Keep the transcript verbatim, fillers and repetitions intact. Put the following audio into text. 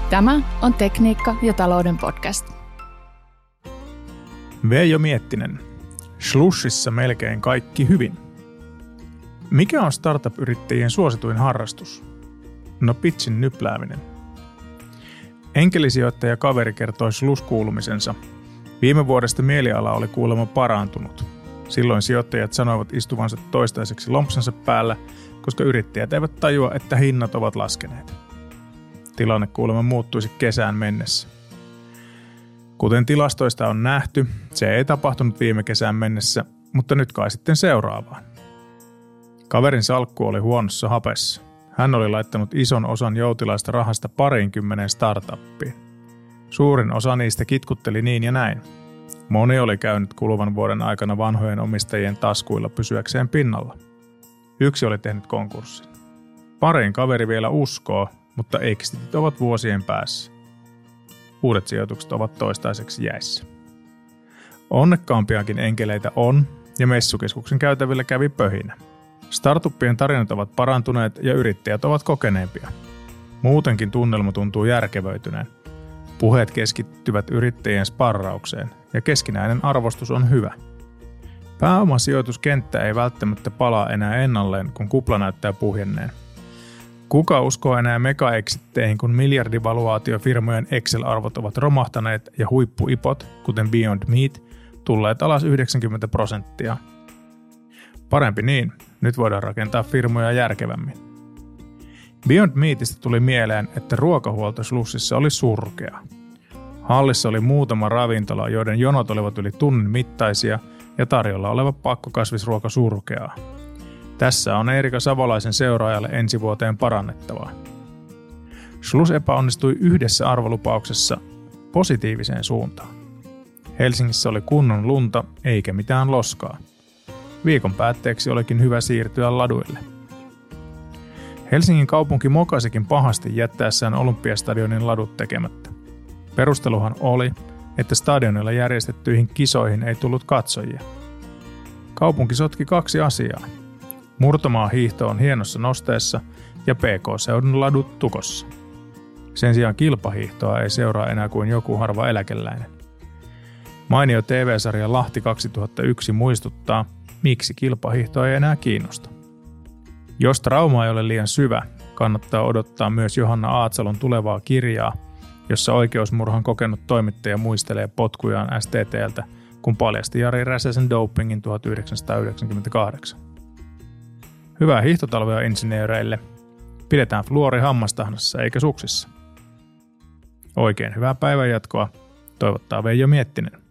Tämä on Tekniikka ja talouden podcast. Veijo Miettinen. Slushissa melkein kaikki hyvin. Mikä on startup-yrittäjien suosituin harrastus? No pitchin nyplääminen. Enkelisijoittaja kaveri kertoi Slush-kuulumisensa. Viime vuodesta mieliala oli kuulemma parantunut. Silloin sijoittajat sanoivat istuvansa toistaiseksi lompsansa päällä, koska yrittäjät eivät tajua, että hinnat ovat laskeneet. Tilanne kuulemma muuttuisi kesään mennessä. Kuten tilastoista on nähty, se ei tapahtunut viime kesään mennessä, mutta nyt kai sitten seuraavaan. Kaverin salkku oli huonossa hapessa. Hän oli laittanut ison osan joutilaista rahasta parinkymmeneen startuppiin. Suurin osa niistä kitkutteli niin ja näin. Moni oli käynyt kuluvan vuoden aikana vanhojen omistajien taskuilla pysyäkseen pinnalla. Yksi oli tehnyt konkurssin. Parin kaveri vielä uskoo, mutta exitit ovat vuosien päässä. Uudet sijoitukset ovat toistaiseksi jäissä. Onnekkaampiakin enkeleitä on, ja messukeskuksen käytävillä kävi pöhinä. Startuppien tarinat ovat parantuneet ja yrittäjät ovat kokeneempia. Muutenkin tunnelma tuntuu järkevöityneen. Puheet keskittyvät yrittäjien sparraukseen, ja keskinäinen arvostus on hyvä. Pääomasijoituskenttä ei välttämättä palaa enää ennalleen, kun kupla näyttää puhjenneen. Kuka uskoo enää mega-exitteihin, kun miljardivaluaatiofirmojen Excel-arvot ovat romahtaneet ja huippuipot, kuten Beyond Meat, tulleet alas yhdeksänkymmentä prosenttia. Parempi niin, nyt voidaan rakentaa firmoja järkevämmin. Beyond Meatista tuli mieleen, että ruokahuolto Slushissa oli surkea. Hallissa oli muutama ravintola, joiden jonot olivat yli tunnin mittaisia ja tarjolla oleva pakkokasvisruoka surkeaa. Tässä on Eerika Savolaisen seuraajalle ensi vuoteen parannettavaa. Slush epäonnistui yhdessä arvolupauksessa positiiviseen suuntaan. Helsingissä oli kunnon lunta eikä mitään loskaa. Viikon päätteeksi olikin hyvä siirtyä laduille. Helsingin kaupunki mokasikin pahasti jättäessään Olympiastadionin ladut tekemättä. Perusteluhan oli, että stadionilla järjestettyihin kisoihin ei tullut katsojia. Kaupunki sotki kaksi asiaa. Murtomaa hiihto on hienossa nosteessa ja P K-seudun ladut tukossa. Sen sijaan kilpahiihtoa ei seuraa enää kuin joku harva eläkeläinen. Mainio T V-sarja Lahti kaksituhattayksi muistuttaa, miksi kilpahiihto ei enää kiinnosta. Jos trauma ei ole liian syvä, kannattaa odottaa myös Johanna Aatsalon tulevaa kirjaa, jossa oikeusmurhan kokenut toimittaja muistelee potkujaan S T T:ltä, kun paljasti Jari Räsäsen dopingin tuhatyhdeksänsataayhdeksänkymmentäkahdeksan. Hyvää hiihtotalvea insinööreille. Pidetään fluori hammastahnassa eikä suksissa. Oikein hyvää päivänjatkoa. Toivottaa Veijo Miettinen.